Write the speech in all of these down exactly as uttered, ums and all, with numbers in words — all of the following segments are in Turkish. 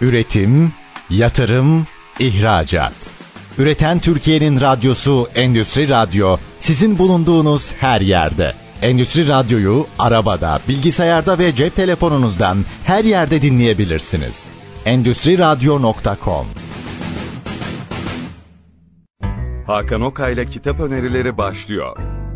Üretim, yatırım, ihracat. Üreten Türkiye'nin radyosu Endüstri Radyo, sizin bulunduğunuz her yerde. Endüstri Radyo'yu arabada, bilgisayarda ve cep telefonunuzdan her yerde dinleyebilirsiniz. endüstri radyo nokta com. Hakan Okay'la Kitap Önerileri başlıyor.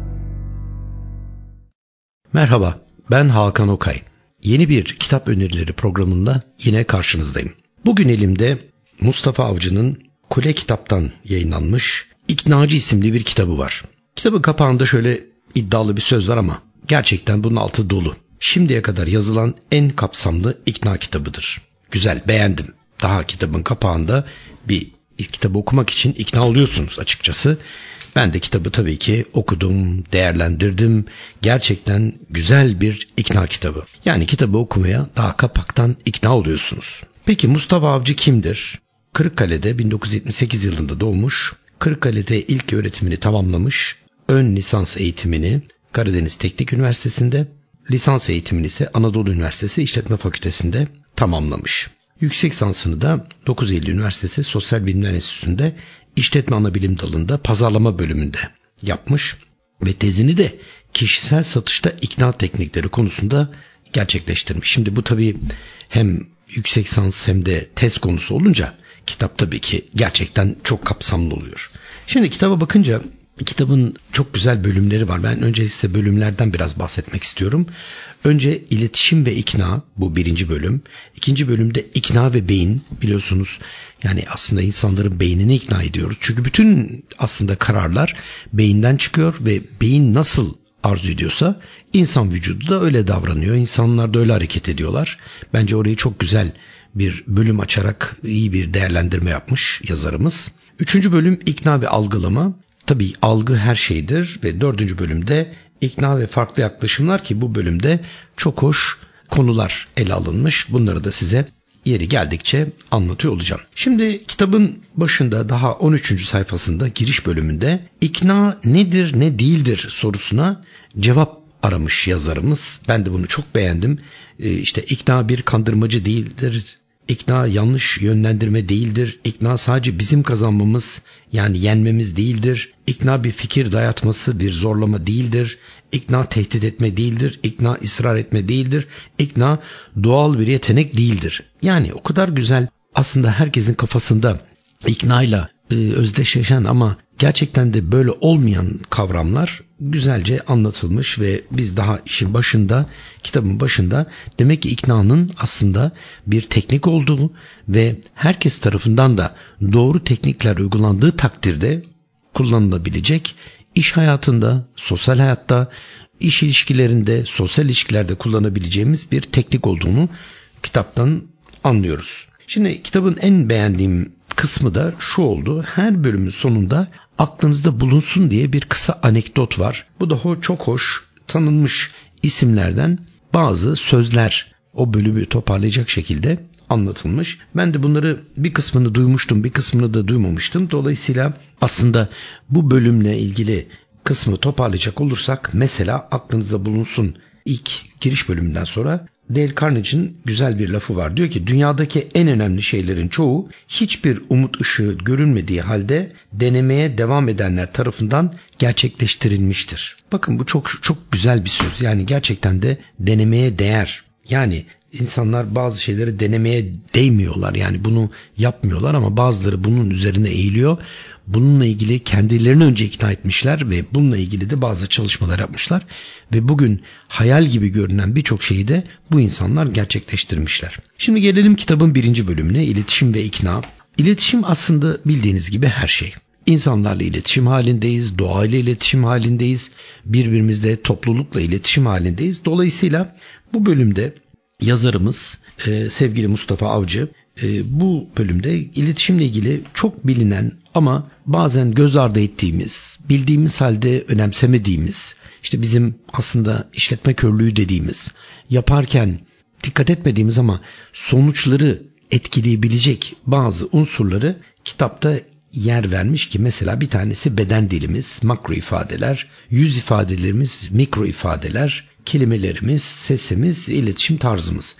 Merhaba, ben Hakan Okay. Yeni bir kitap önerileri programında yine karşınızdayım. Bugün elimde Mustafa Avcı'nın Kule Kitap'tan yayınlanmış İknacı isimli bir kitabı var. Kitabın kapağında şöyle iddialı bir söz var ama gerçekten bunun altı dolu. Şimdiye kadar yazılan en kapsamlı ikna kitabıdır. Güzel, beğendim. Daha kitabın kapağında bir kitabı okumak için ikna oluyorsunuz açıkçası. Ben de kitabı tabii ki okudum, değerlendirdim. Gerçekten güzel bir ikna kitabı. Yani kitabı okumaya daha kapaktan ikna oluyorsunuz. Peki Mustafa Avcı kimdir? Kırıkkale'de bin dokuz yüz yetmiş sekiz yılında doğmuş. Kırıkkale'de ilk öğretimini tamamlamış. Ön lisans eğitimini Karadeniz Teknik Üniversitesi'nde, lisans eğitimini ise Anadolu Üniversitesi İşletme Fakültesi'nde tamamlamış. Yüksek lisansını da dokuz Eylül Üniversitesi Sosyal Bilimler Enstitüsü'nde İşletme Anabilim Dalı'nda pazarlama bölümünde yapmış ve tezini de kişisel satışta ikna teknikleri konusunda gerçekleştirmiş. Şimdi bu tabii hem yüksek lisans hem de tez konusu olunca kitap tabii ki gerçekten çok kapsamlı oluyor. Şimdi kitaba bakınca kitabın çok güzel bölümleri var. Ben önce size bölümlerden biraz bahsetmek istiyorum. Önce iletişim ve ikna, bu birinci bölüm. İkinci bölümde ikna ve beyin, biliyorsunuz yani aslında insanların beynini ikna ediyoruz. Çünkü bütün aslında kararlar beyinden çıkıyor ve beyin nasıl arzu ediyorsa insan vücudu da öyle davranıyor. İnsanlar da öyle hareket ediyorlar. Bence orayı çok güzel bir bölüm açarak iyi bir değerlendirme yapmış yazarımız. Üçüncü bölüm ikna ve algılama. Tabii algı her şeydir ve dördüncü bölümde ikna ve farklı yaklaşımlar ki bu bölümde çok hoş konular ele alınmış. Bunları da size yeri geldikçe anlatıyor olacağım. Şimdi kitabın başında daha on üçüncü sayfasında giriş bölümünde ikna nedir ne değildir sorusuna cevap aramış yazarımız. Ben de bunu çok beğendim. Ee, işte ikna bir kandırmacı değildir. İkna yanlış yönlendirme değildir. İkna sadece bizim kazanmamız yani yenmemiz değildir. İkna bir fikir dayatması, bir zorlama değildir. İkna tehdit etme değildir. İkna ısrar etme değildir. İkna doğal bir yetenek değildir. Yani o kadar güzel aslında herkesin kafasında iknayla e, özdeşleşen ama gerçekten de böyle olmayan kavramlar güzelce anlatılmış ve biz daha işin başında, kitabın başında demek ki iknanın aslında bir teknik olduğu ve herkes tarafından da doğru teknikler uygulandığı takdirde kullanılabilecek, iş hayatında, sosyal hayatta, iş ilişkilerinde, sosyal ilişkilerde kullanabileceğimiz bir teknik olduğunu kitaptan anlıyoruz. Şimdi kitabın en beğendiğim kısmı da şu oldu. Her bölümün sonunda aklınızda bulunsun diye bir kısa anekdot var. Bu da çok hoş, tanınmış isimlerden bazı sözler o bölümü toparlayacak şekilde anlatılmış. Ben de bunları bir kısmını duymuştum, bir kısmını da duymamıştım. Dolayısıyla aslında bu bölümle ilgili kısmı toparlayacak olursak mesela aklınızda bulunsun ilk giriş bölümünden sonra Dale Carnegie'nin güzel bir lafı var. Diyor ki dünyadaki en önemli şeylerin çoğu hiçbir umut ışığı görünmediği halde denemeye devam edenler tarafından gerçekleştirilmiştir. Bakın bu çok çok güzel bir söz. Yani gerçekten de denemeye değer. Yani insanlar bazı şeyleri denemeye değmiyorlar. Yani bunu yapmıyorlar ama bazıları bunun üzerine eğiliyor. Bununla ilgili kendilerini önce ikna etmişler ve bununla ilgili de bazı çalışmalar yapmışlar. Ve bugün hayal gibi görünen birçok şeyi de bu insanlar gerçekleştirmişler. Şimdi gelelim kitabın birinci bölümüne, iletişim ve ikna. İletişim aslında bildiğiniz gibi her şey. İnsanlarla iletişim halindeyiz, doğayla iletişim halindeyiz, birbirimizle, toplulukla iletişim halindeyiz. Dolayısıyla bu bölümde yazarımız e, sevgili Mustafa Avcı e, bu bölümde iletişimle ilgili çok bilinen ama bazen göz ardı ettiğimiz, bildiğimiz halde önemsemediğimiz, işte bizim aslında işletme körlüğü dediğimiz, yaparken dikkat etmediğimiz ama sonuçları etkileyebilecek bazı unsurları kitapta yer vermiş ki mesela bir tanesi beden dilimiz, makro ifadeler, yüz ifadelerimiz, mikro ifadeler, kelimelerimiz, sesimiz, iletişim tarzımız.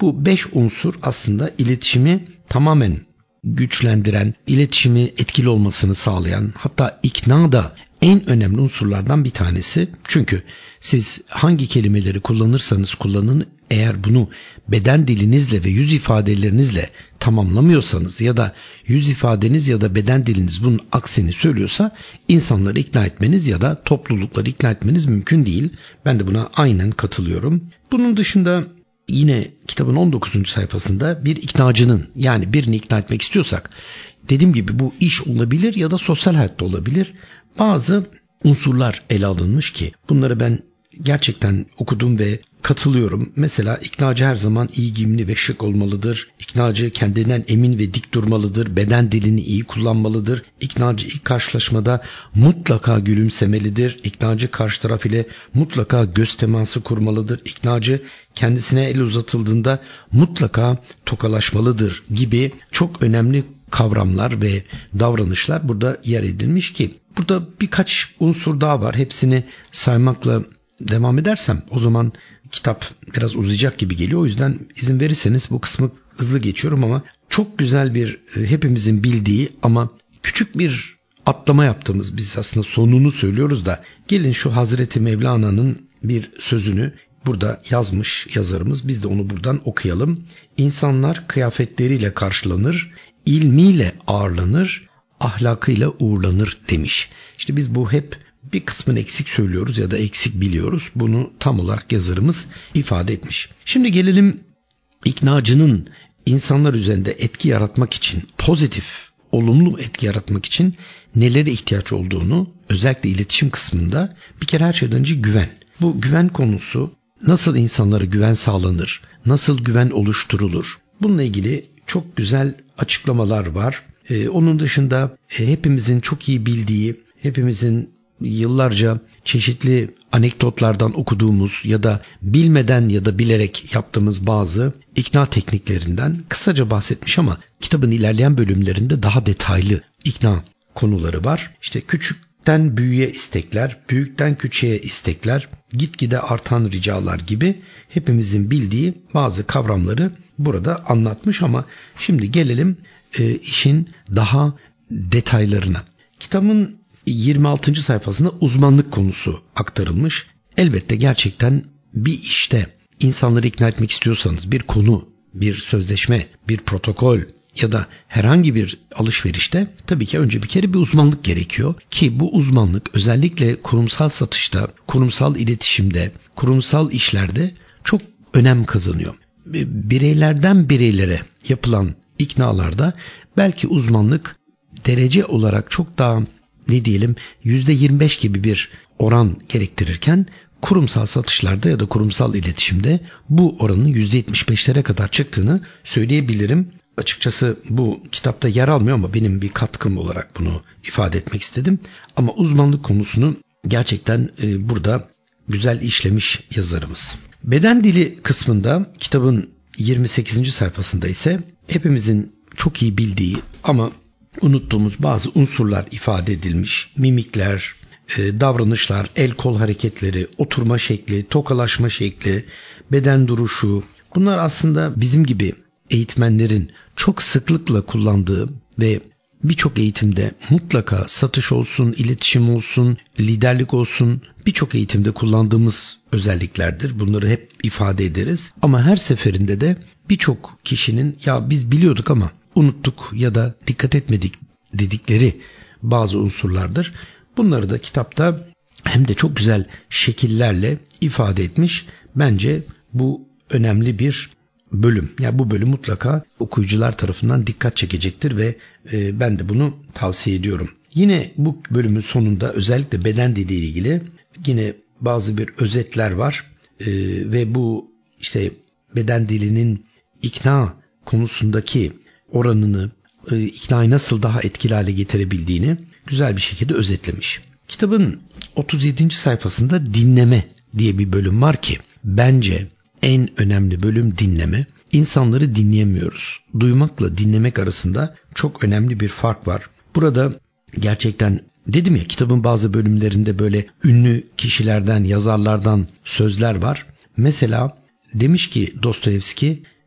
Bu beş unsur aslında iletişimi tamamen güçlendiren, iletişimi etkili olmasını sağlayan, hatta ikna da en önemli unsurlardan bir tanesi. Çünkü siz hangi kelimeleri kullanırsanız kullanın, eğer bunu beden dilinizle ve yüz ifadelerinizle tamamlamıyorsanız ya da yüz ifadeniz ya da beden diliniz bunun aksini söylüyorsa insanları ikna etmeniz ya da toplulukları ikna etmeniz mümkün değil. Ben de buna aynen katılıyorum. Bunun dışında yine kitabın on dokuzuncu sayfasında bir iknacının, yani birini ikna etmek istiyorsak, dediğim gibi bu iş olabilir ya da sosyal hayatta olabilir, bazı unsurlar ele alınmış ki bunları ben gerçekten okudum ve katılıyorum. Mesela iknacı her zaman iyi giyimli ve şık olmalıdır. İknacı kendinden emin ve dik durmalıdır. Beden dilini iyi kullanmalıdır. İknacı ilk karşılaşmada mutlaka gülümsemelidir. İknacı karşı taraf ile mutlaka göz teması kurmalıdır. İknacı kendisine el uzatıldığında mutlaka tokalaşmalıdır gibi çok önemli kavramlar ve davranışlar burada yer edilmiş ki burada birkaç unsur daha var. Hepsini saymakla devam edersem o zaman kitap biraz uzayacak gibi geliyor. O yüzden izin verirseniz bu kısmı hızlı geçiyorum ama çok güzel bir, hepimizin bildiği ama küçük bir atlama yaptığımız, biz aslında sonunu söylüyoruz da gelin şu Hazreti Mevlana'nın bir sözünü burada yazmış yazarımız, biz de onu buradan okuyalım. İnsanlar kıyafetleriyle karşılanır, ilmiyle ağırlanır, ahlakıyla uğurlanır demiş. İşte biz bu hep bir kısmını eksik söylüyoruz ya da eksik biliyoruz. Bunu tam olarak yazarımız ifade etmiş. Şimdi gelelim iknacının insanlar üzerinde etki yaratmak için, pozitif, olumlu etki yaratmak için nelere ihtiyaç olduğunu, özellikle iletişim kısmında bir kere her şeyden önce güven. Bu güven konusu, nasıl insanlara güven sağlanır, nasıl güven oluşturulur? Bununla ilgili çok güzel açıklamalar var. Ee, onun dışında e, hepimizin çok iyi bildiği, hepimizin yıllarca çeşitli anekdotlardan okuduğumuz ya da bilmeden ya da bilerek yaptığımız bazı ikna tekniklerinden kısaca bahsetmiş ama kitabın ilerleyen bölümlerinde daha detaylı ikna konuları var. İşte küçükten büyüğe istekler, büyükten küçüğe istekler, gitgide artan ricalar gibi hepimizin bildiği bazı kavramları burada anlatmış ama şimdi gelelim e, işin daha detaylarına. Kitabın yirmi altıncı sayfasında uzmanlık konusu aktarılmış. Elbette gerçekten bir işte insanları ikna etmek istiyorsanız, bir konu, bir sözleşme, bir protokol ya da herhangi bir alışverişte tabii ki önce bir kere bir uzmanlık gerekiyor ki bu uzmanlık özellikle kurumsal satışta, kurumsal iletişimde, kurumsal işlerde çok önem kazanıyor. Bireylerden bireylere yapılan iknalarda belki uzmanlık derece olarak çok daha ne diyelim yüzde yirmi beş gibi bir oran gerektirirken kurumsal satışlarda ya da kurumsal iletişimde bu oranın yüzde yetmiş beşlere kadar çıktığını söyleyebilirim. Açıkçası bu kitapta yer almıyor ama benim bir katkım olarak bunu ifade etmek istedim. Ama uzmanlık konusunu gerçekten e, burada güzel işlemiş yazarımız. Beden dili kısmında kitabın yirmi sekizinci sayfasında ise hepimizin çok iyi bildiği ama unuttuğumuz bazı unsurlar ifade edilmiş. Mimikler, e, davranışlar, el kol hareketleri, oturma şekli, tokalaşma şekli, beden duruşu. Bunlar aslında bizim gibi eğitmenlerin çok sıklıkla kullandığı ve birçok eğitimde mutlaka satış olsun, iletişim olsun, liderlik olsun birçok eğitimde kullandığımız özelliklerdir. Bunları hep ifade ederiz. Ama her seferinde de birçok kişinin ya biz biliyorduk ama unuttuk ya da dikkat etmedik dedikleri bazı unsurlardır. Bunları da kitapta hem de çok güzel şekillerle ifade etmiş. Bence bu önemli bir bölüm. Yani bu bölüm mutlaka okuyucular tarafından dikkat çekecektir ve e, ben de bunu tavsiye ediyorum. Yine bu bölümün sonunda özellikle beden dili ile ilgili yine bazı bir özetler var e, ve bu işte beden dilinin ikna konusundaki oranını, e, iknayı nasıl daha etkili hale getirebildiğini güzel bir şekilde özetlemiş. Kitabın otuz yedinci sayfasında dinleme diye bir bölüm var ki bence en önemli bölüm dinleme. İnsanları dinleyemiyoruz. Duymakla dinlemek arasında çok önemli bir fark var. Burada gerçekten dedim ya kitabın bazı bölümlerinde böyle ünlü kişilerden, yazarlardan sözler var. Mesela demiş ki Dostoyevski,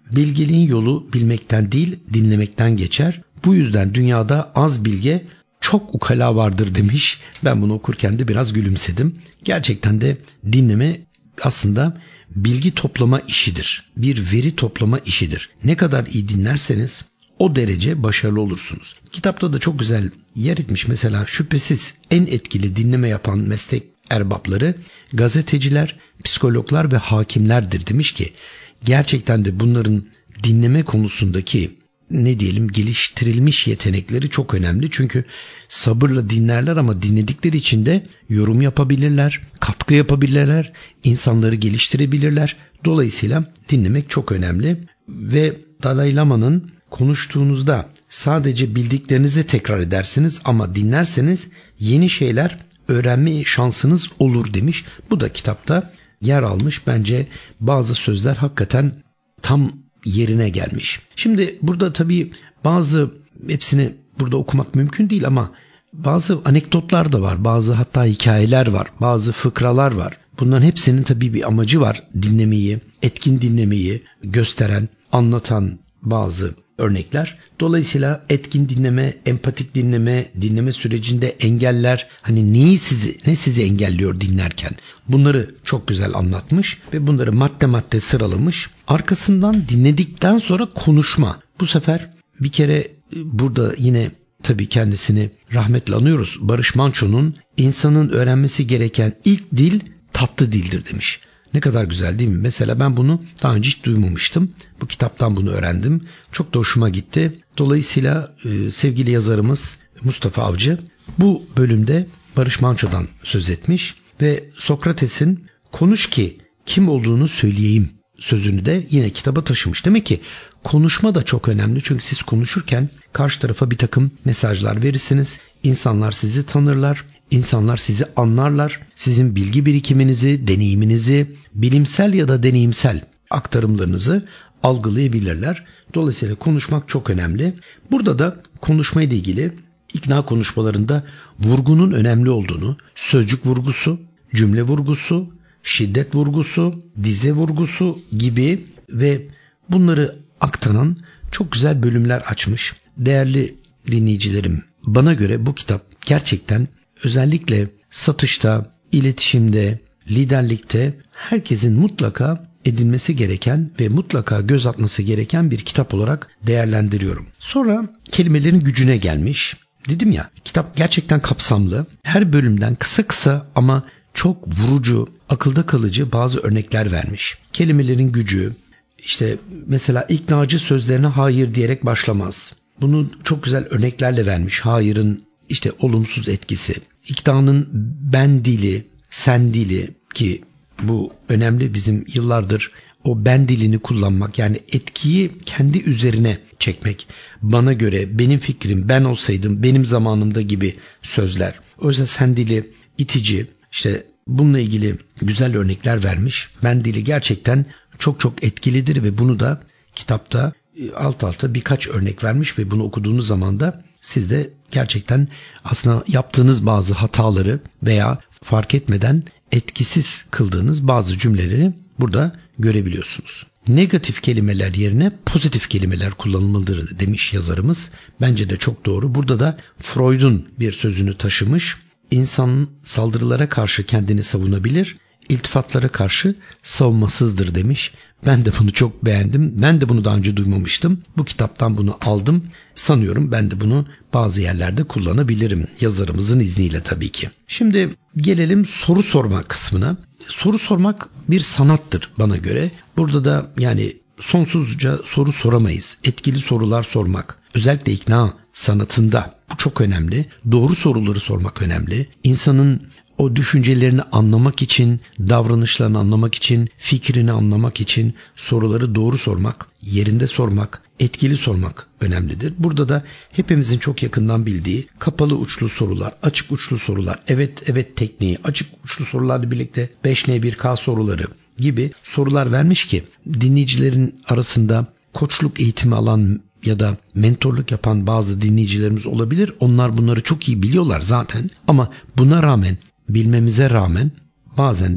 bilgeliğin yolu bilmekten değil dinlemekten geçer. Bu yüzden dünyada az bilge çok ukala vardır demiş. Ben bunu okurken de biraz gülümsedim. Gerçekten de dinleme aslında bilgi toplama işidir. Bir veri toplama işidir. Ne kadar iyi dinlerseniz o derece başarılı olursunuz. Kitapta da çok güzel yer etmiş. Mesela şüphesiz en etkili dinleme yapan meslek erbapları gazeteciler, psikologlar ve hakimlerdir demiş ki gerçekten de bunların dinleme konusundaki ne diyelim geliştirilmiş yetenekleri çok önemli. Çünkü sabırla dinlerler ama dinledikleri için de yorum yapabilirler, katkı yapabilirler, insanları geliştirebilirler. Dolayısıyla dinlemek çok önemli ve Dalai Lama'nın konuştuğunuzda sadece bildiklerinizi tekrar edersiniz ama dinlerseniz yeni şeyler öğrenme şansınız olur demiş. Bu da kitapta yer almış. Bence bazı sözler hakikaten tam yerine gelmiş. Şimdi burada tabii bazı hepsini burada okumak mümkün değil ama bazı anekdotlar da var. Bazı hatta hikayeler var. Bazı fıkralar var. Bunların hepsinin tabii bir amacı var. Dinlemeyi, etkin dinlemeyi gösteren, anlatan bazı örnekler. Dolayısıyla etkin dinleme, empatik dinleme, dinleme sürecinde engeller, hani neyi sizi, ne sizi engelliyor dinlerken bunları çok güzel anlatmış ve bunları madde madde sıralamış. Arkasından dinledikten sonra konuşma. Bu sefer bir kere burada yine tabii kendisini rahmetle anıyoruz. Barış Manço'nun insanın öğrenmesi gereken ilk dil tatlı dildir demiş. Ne kadar güzel değil mi? Mesela ben bunu daha önce hiç duymamıştım. Bu kitaptan bunu öğrendim. Çok da hoşuma gitti. Dolayısıyla e, sevgili yazarımız Mustafa Avcı bu bölümde Barış Manço'dan söz etmiş ve Sokrates'in konuş ki kim olduğunu söyleyeyim sözünü de yine kitaba taşımış. Demek ki konuşma da çok önemli. Çünkü siz konuşurken karşı tarafa bir takım mesajlar verirsiniz. İnsanlar sizi tanırlar. İnsanlar sizi anlarlar. Sizin bilgi birikiminizi, deneyiminizi, bilimsel ya da deneyimsel aktarımlarınızı algılayabilirler. Dolayısıyla konuşmak çok önemli. Burada da konuşmayla ilgili ikna konuşmalarında vurgunun önemli olduğunu, sözcük vurgusu, cümle vurgusu, şiddet vurgusu, dize vurgusu gibi ve bunları aktaran çok güzel bölümler açmış. Değerli dinleyicilerim, bana göre bu kitap gerçekten özellikle satışta, iletişimde, liderlikte herkesin mutlaka edinmesi gereken ve mutlaka göz atması gereken bir kitap olarak değerlendiriyorum. Sonra kelimelerin gücüne gelmiş. Dedim ya, kitap gerçekten kapsamlı. Her bölümden kısa kısa ama çok vurucu, akılda kalıcı bazı örnekler vermiş. Kelimelerin gücü, işte mesela iknacı sözlerine hayır diyerek başlamaz. Bunu çok güzel örneklerle vermiş. Hayırın işte olumsuz etkisi. İknanın ben dili, sen dili ki bu önemli, bizim yıllardır o ben dilini kullanmak, yani etkiyi kendi üzerine çekmek. Bana göre, benim fikrim, ben olsaydım, benim zamanımda gibi sözler. O yüzden sen dili itici, işte bununla ilgili güzel örnekler vermiş. Ben dili gerçekten çok çok etkilidir ve bunu da kitapta alt alta birkaç örnek vermiş ve bunu okuduğunuz zaman da siz de gerçekten aslında yaptığınız bazı hataları veya fark etmeden etkisiz kıldığınız bazı cümleleri burada görebiliyorsunuz. Negatif kelimeler yerine pozitif kelimeler kullanılmalıdır demiş yazarımız. Bence de çok doğru. Burada da Freud'un bir sözünü taşımış. İnsan saldırılara karşı kendini savunabilir, iltifatlara karşı savunmasızdır demiş. Ben de bunu çok beğendim. Ben de bunu daha önce duymamıştım. Bu kitaptan bunu aldım. Sanıyorum ben de bunu bazı yerlerde kullanabilirim. Yazarımızın izniyle tabii ki. Şimdi gelelim soru sorma kısmına. Soru sormak bir sanattır bana göre. Burada da yani sonsuzca soru soramayız. Etkili sorular sormak, özellikle ikna sanatında bu çok önemli. Doğru soruları sormak önemli. İnsanın o düşüncelerini anlamak için, davranışlarını anlamak için, fikrini anlamak için soruları doğru sormak, yerinde sormak, etkili sormak önemlidir. Burada da hepimizin çok yakından bildiği kapalı uçlu sorular, açık uçlu sorular, evet evet tekniği, açık uçlu sorularla birlikte beş N bir K soruları gibi sorular vermiş ki dinleyicilerin arasında koçluk eğitimi alan ya da mentorluk yapan bazı dinleyicilerimiz olabilir. Onlar bunları çok iyi biliyorlar zaten ama buna rağmen, bilmemize rağmen bazen de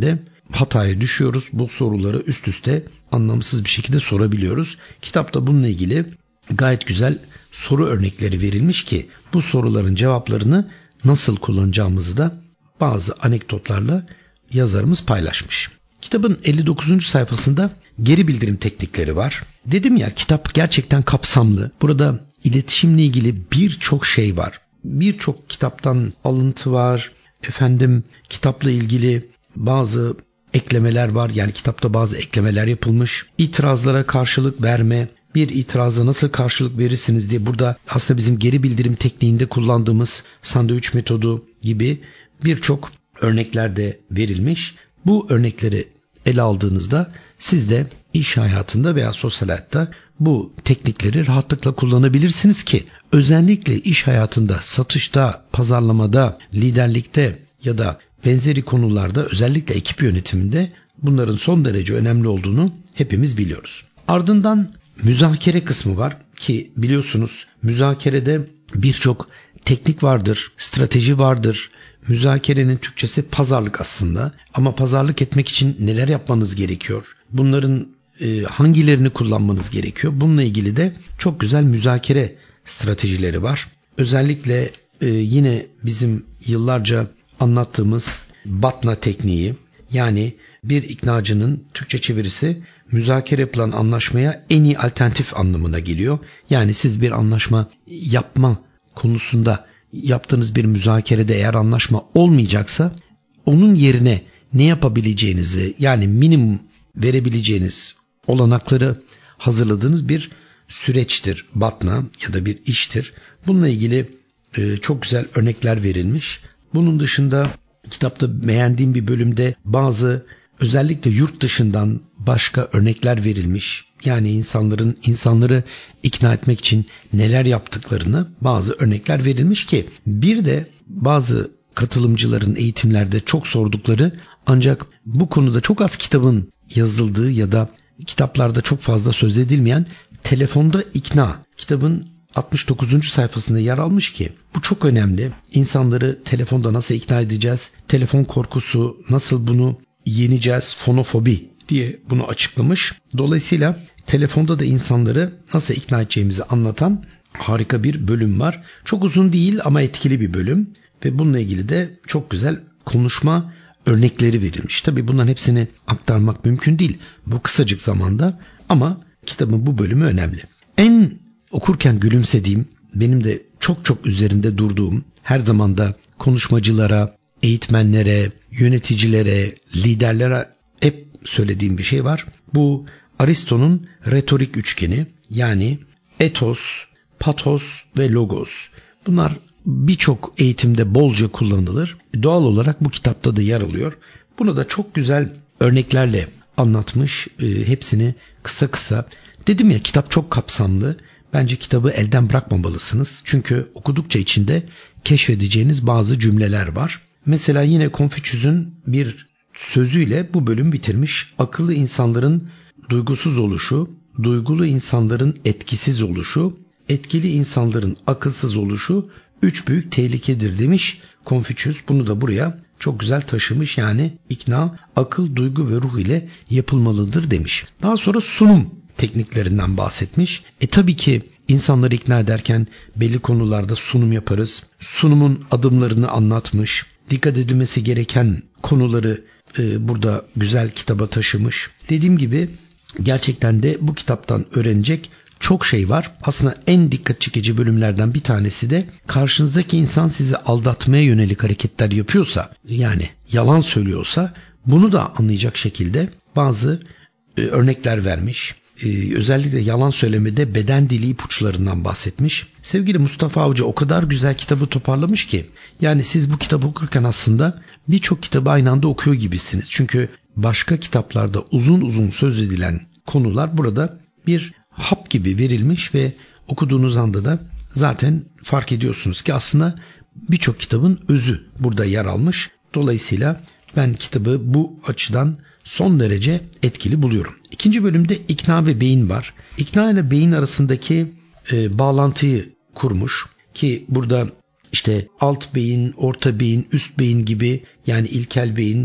hataya düşüyoruz. Bu soruları üst üste anlamsız bir şekilde sorabiliyoruz. Kitapta bununla ilgili gayet güzel soru örnekleri verilmiş ki bu soruların cevaplarını nasıl kullanacağımızı da bazı anekdotlarla yazarımız paylaşmış. Kitabın elli dokuzuncu sayfasında geri bildirim teknikleri var. Dedim ya, kitap gerçekten kapsamlı. Burada iletişimle ilgili birçok şey var. Birçok kitaptan alıntı var. Efendim, kitapla ilgili bazı eklemeler var. Yani kitapta bazı eklemeler yapılmış. İtirazlara karşılık verme, bir itiraza nasıl karşılık verirsiniz diye burada aslında bizim geri bildirim tekniğinde kullandığımız sandviç metodu gibi birçok örnekler de verilmiş. Bu örnekleri ele aldığınızda siz de iş hayatında veya sosyal hayatta bu teknikleri rahatlıkla kullanabilirsiniz ki özellikle iş hayatında, satışta, pazarlamada, liderlikte ya da benzeri konularda, özellikle ekip yönetiminde bunların son derece önemli olduğunu hepimiz biliyoruz. Ardından müzakere kısmı var ki biliyorsunuz müzakerede birçok teknik vardır, strateji vardır. Müzakerenin Türkçesi pazarlık aslında, ama pazarlık etmek için neler yapmanız gerekiyor? Bunların e, hangilerini kullanmanız gerekiyor? Bununla ilgili de çok güzel müzakere stratejileri var. Özellikle e, yine bizim yıllarca anlattığımız BATNA tekniği, yani bir iknacının Türkçe çevirisi müzakere yapılan anlaşmaya en iyi alternatif anlamına geliyor. Yani siz bir anlaşma yapma konusunda yaptığınız bir müzakerede eğer anlaşma olmayacaksa onun yerine ne yapabileceğinizi, yani minimum verebileceğiniz olanakları hazırladığınız bir süreçtir BATNA ya da bir iştir. Bununla ilgili e, çok güzel örnekler verilmiş. Bunun dışında kitapta beğendiğim bir bölümde bazı özellikle yurt dışından başka örnekler verilmiş. Yani insanların insanları ikna etmek için neler yaptıklarını bazı örnekler verilmiş ki bir de bazı katılımcıların eğitimlerde çok sordukları ancak bu konuda çok az kitabın yazıldığı ya da kitaplarda çok fazla söz edilmeyen telefonda ikna, kitabın altmış dokuzuncu sayfasında yer almış ki bu çok önemli. İnsanları telefonda nasıl ikna edeceğiz? Telefon korkusu, nasıl bunu yeneceğiz? Fonofobi diye bunu açıklamış. Dolayısıyla telefonda da insanları nasıl ikna edeceğimizi anlatan harika bir bölüm var. Çok uzun değil ama etkili bir bölüm ve bununla ilgili de çok güzel konuşma örnekleri verilmiş. Tabii bunların hepsini aktarmak mümkün değil bu kısacık zamanda, ama kitabın bu bölümü önemli. En okurken gülümsediğim, benim de çok çok üzerinde durduğum, her zaman da konuşmacılara, eğitmenlere, yöneticilere, liderlere hep söylediğim bir şey var. Bu Aristo'nun retorik üçgeni, yani etos, patos ve logos. Bunlar birçok eğitimde bolca kullanılır. Doğal olarak bu kitapta da yer alıyor. Bunu da çok güzel örneklerle anlatmış. E, hepsini kısa kısa. Dedim ya, kitap çok kapsamlı. Bence kitabı elden bırakmamalısınız. Çünkü okudukça içinde keşfedeceğiniz bazı cümleler var. Mesela yine Konfüçyüs'ün bir sözüyle bu bölüm bitirmiş. Akıllı insanların duygusuz oluşu, duygulu insanların etkisiz oluşu, etkili insanların akılsız oluşu üç büyük tehlikedir demiş Konfüçyüs. Bunu da buraya çok güzel taşımış. Yani ikna, akıl, duygu ve ruh ile yapılmalıdır demiş. Daha sonra sunum tekniklerinden bahsetmiş. E tabii ki insanları ikna ederken belli konularda sunum yaparız. Sunumun adımlarını anlatmış. Dikkat edilmesi gereken konuları e, burada güzel kitaba taşımış. Dediğim gibi gerçekten de bu kitaptan öğrenecek çok şey var. Aslında en dikkat çekici bölümlerden bir tanesi de karşınızdaki insan sizi aldatmaya yönelik hareketler yapıyorsa, yani yalan söylüyorsa, bunu da anlayacak şekilde bazı e, örnekler vermiş. Ee, özellikle yalan söylemede beden dili ipuçlarından bahsetmiş. Sevgili Mustafa Avcı o kadar güzel kitabı toparlamış ki, yani siz bu kitabı okurken aslında birçok kitabı aynı anda okuyor gibisiniz. Çünkü başka kitaplarda uzun uzun söz edilen konular burada bir hap gibi verilmiş ve okuduğunuz anda da zaten fark ediyorsunuz ki aslında birçok kitabın özü burada yer almış. Dolayısıyla ben kitabı bu açıdan son derece etkili buluyorum. İkinci bölümde ikna ve beyin var. İkna ile beyin arasındaki e, bağlantıyı kurmuş ki burada işte alt beyin, orta beyin, üst beyin gibi, yani ilkel beyin,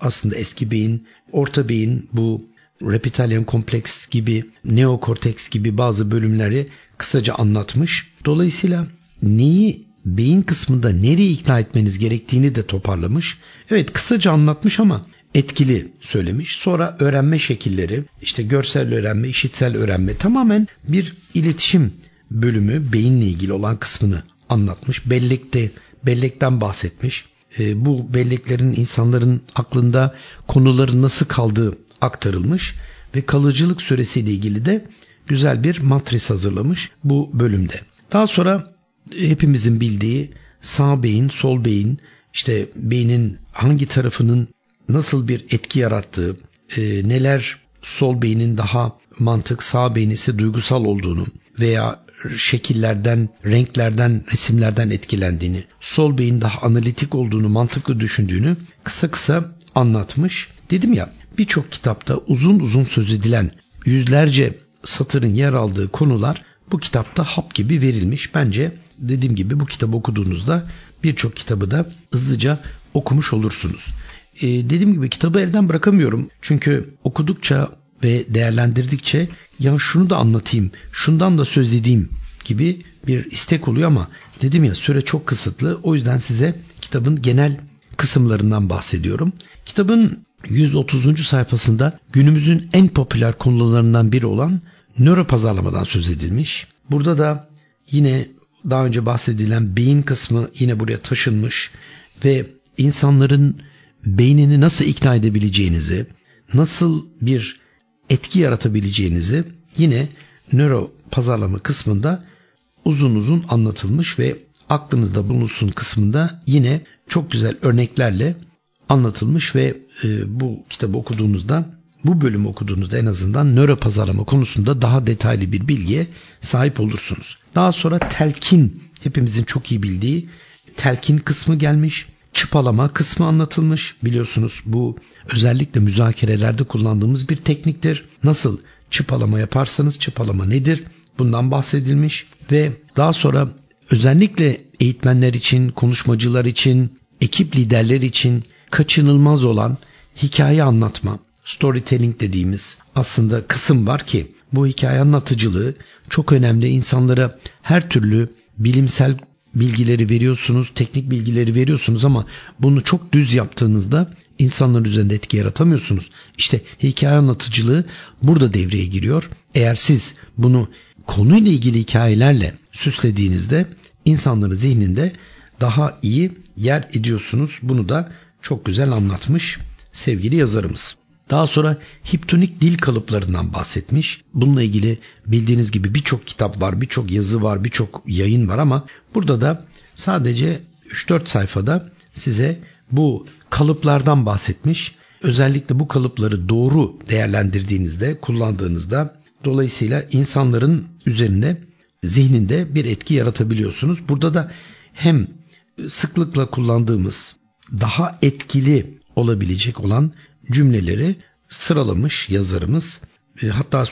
aslında eski beyin, orta beyin, bu reptilian kompleks gibi, neokorteks gibi bazı bölümleri kısaca anlatmış. Dolayısıyla neyi beyin kısmında nereye ikna etmeniz gerektiğini de toparlamış. Evet, kısaca anlatmış ama etkili söylemiş. Sonra öğrenme şekilleri, işte görsel öğrenme, işitsel öğrenme, tamamen bir iletişim bölümü, beyinle ilgili olan kısmını anlatmış. Bellekte, bellekten bahsetmiş. E, bu belleklerin insanların aklında konuların nasıl kaldığı aktarılmış ve kalıcılık süresiyle ilgili de güzel bir matris hazırlamış bu bölümde. Daha sonra hepimizin bildiği sağ beyin, sol beyin, işte beynin hangi tarafının nasıl bir etki yarattığı, e, neler sol beynin daha mantık, sağ beynin ise duygusal olduğunu veya şekillerden, renklerden, resimlerden etkilendiğini, sol beyin daha analitik olduğunu, mantıklı düşündüğünü kısa kısa anlatmış. Dedim ya, birçok kitapta uzun uzun söz edilen, yüzlerce satırın yer aldığı konular bu kitapta hap gibi verilmiş. Bence dediğim gibi bu kitabı okuduğunuzda birçok kitabı da hızlıca okumuş olursunuz. Ee, dediğim gibi kitabı elden bırakamıyorum. Çünkü okudukça ve değerlendirdikçe ya şunu da anlatayım, şundan da söz edeyim gibi bir istek oluyor ama dedim ya, süre çok kısıtlı. O yüzden size kitabın genel kısımlarından bahsediyorum. Kitabın yüz otuzuncu sayfasında günümüzün en popüler konularından biri olan nöropazarlamadan söz edilmiş. Burada da yine daha önce bahsedilen beyin kısmı yine buraya taşınmış ve insanların beynini nasıl ikna edebileceğinizi, nasıl bir etki yaratabileceğinizi yine nöropazarlama kısmında uzun uzun anlatılmış ve aklınızda bulunsun kısmında yine çok güzel örneklerle anlatılmış ve e, bu kitabı okuduğunuzda, bu bölümü okuduğunuzda en azından nöropazarlama konusunda daha detaylı bir bilgiye sahip olursunuz. Daha sonra telkin, hepimizin çok iyi bildiği telkin kısmı gelmiş. Çıpalama kısmı anlatılmış. Biliyorsunuz bu özellikle müzakerelerde kullandığımız bir tekniktir. Nasıl çıpalama yaparsanız çıpalama nedir? Bundan bahsedilmiş ve daha sonra özellikle eğitmenler için, konuşmacılar için, ekip liderleri için kaçınılmaz olan hikaye anlatma, storytelling dediğimiz aslında kısım var ki bu hikaye anlatıcılığı çok önemli. İnsanlara her türlü bilimsel bilgileri veriyorsunuz, teknik bilgileri veriyorsunuz ama bunu çok düz yaptığınızda insanların üzerinde etki yaratamıyorsunuz. İşte hikaye anlatıcılığı burada devreye giriyor. Eğer siz bunu konuyla ilgili hikayelerle süslediğinizde insanların zihninde daha iyi yer ediyorsunuz. Bunu da çok güzel anlatmış sevgili yazarımız. Daha sonra hipnotik dil kalıplarından bahsetmiş. Bununla ilgili bildiğiniz gibi birçok kitap var, birçok yazı var, birçok yayın var ama burada da sadece üç dört sayfada size bu kalıplardan bahsetmiş. Özellikle bu kalıpları doğru değerlendirdiğinizde, kullandığınızda dolayısıyla insanların üzerine, zihninde bir etki yaratabiliyorsunuz. Burada da hem sıklıkla kullandığımız, daha etkili olabilecek olan cümleleri sıralamış yazarımız. Hatta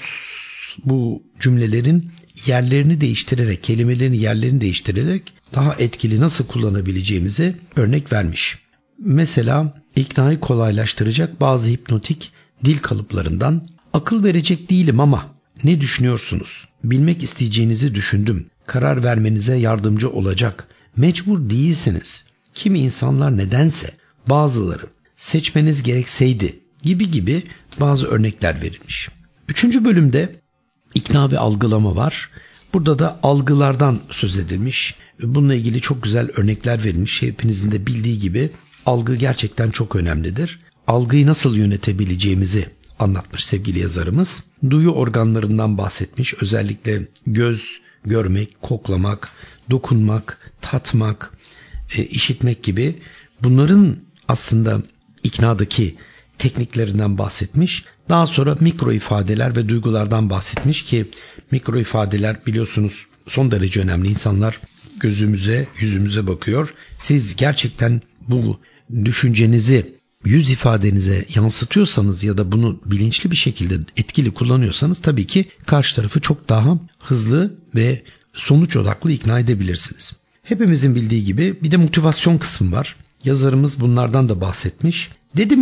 bu cümlelerin yerlerini değiştirerek, kelimelerin yerlerini değiştirerek daha etkili nasıl kullanabileceğimize örnek vermiş. Mesela iknayı kolaylaştıracak bazı hipnotik dil kalıplarından akıl verecek değilim ama ne düşünüyorsunuz? Bilmek isteyeceğinizi düşündüm. Karar vermenize yardımcı olacak. Mecbur değilsiniz. Kimi insanlar nedense, bazıları seçmeniz gerekseydi gibi gibi bazı örnekler verilmiş. Üçüncü bölümde ikna ve algılama var. Burada da algılardan söz edilmiş. Bununla ilgili çok güzel örnekler verilmiş. Hepinizin de bildiği gibi algı gerçekten çok önemlidir. Algıyı nasıl yönetebileceğimizi anlatmış sevgili yazarımız. Duyu organlarından bahsetmiş. Özellikle göz, görmek, koklamak, dokunmak, tatmak, e, işitmek gibi bunların aslında iknadaki tekniklerinden bahsetmiş. Daha sonra mikro ifadeler ve duygulardan bahsetmiş ki mikro ifadeler biliyorsunuz son derece önemli. İnsanlar gözümüze, yüzümüze bakıyor. Siz gerçekten bu düşüncenizi yüz ifadenize yansıtıyorsanız ya da bunu bilinçli bir şekilde etkili kullanıyorsanız tabii ki karşı tarafı çok daha hızlı ve sonuç odaklı ikna edebilirsiniz. Hepimizin bildiği gibi bir de motivasyon kısmı var. Yazarımız bunlardan da bahsetmiş. Dedim ya,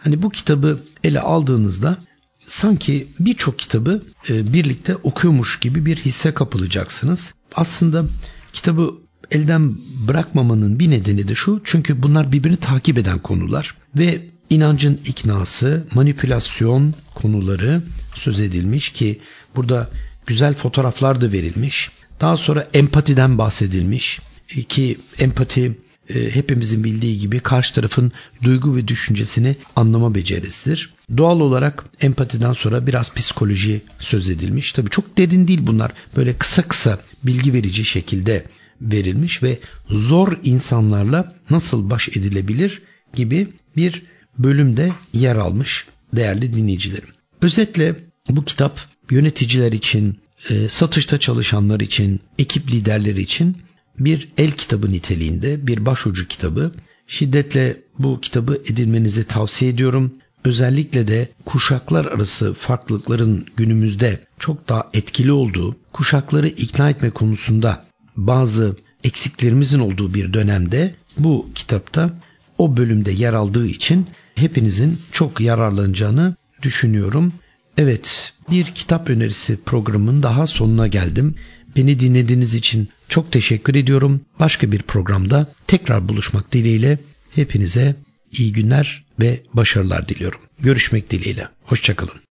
Hani bu kitabı ele aldığınızda sanki birçok kitabı e, birlikte okuyormuş gibi bir hisse kapılacaksınız. Aslında kitabı elden bırakmamanın bir nedeni de şu. Çünkü bunlar birbirini takip eden konular ve inancın iknası, manipülasyon konuları söz edilmiş ki burada güzel fotoğraflar da verilmiş. Daha sonra empatiden bahsedilmiş ki empati e, hepimizin bildiği gibi karşı tarafın duygu ve düşüncesini anlama becerisidir. Doğal olarak empatiden sonra biraz psikoloji söz edilmiş. Tabii çok derin değil bunlar. Böyle kısa kısa bilgi verici şekilde verilmiş ve zor insanlarla nasıl baş edilebilir gibi bir bölümde yer almış değerli dinleyicilerim. Özetle bu kitap yöneticiler için, satışta çalışanlar için, ekip liderleri için bir el kitabı niteliğinde bir başucu kitabı. Şiddetle bu kitabı edinmenizi tavsiye ediyorum. Özellikle de kuşaklar arası farklılıkların günümüzde çok daha etkili olduğu, kuşakları ikna etme konusunda bazı eksiklerimizin olduğu bir dönemde bu kitapta o bölümde yer aldığı için hepinizin çok yararlanacağını düşünüyorum. Evet, bir kitap önerisi programının daha sonuna geldim. Beni dinlediğiniz için çok teşekkür ediyorum. Başka bir programda tekrar buluşmak dileğiyle hepinize iyi günler ve başarılar diliyorum. Görüşmek dileğiyle. Hoşça kalın.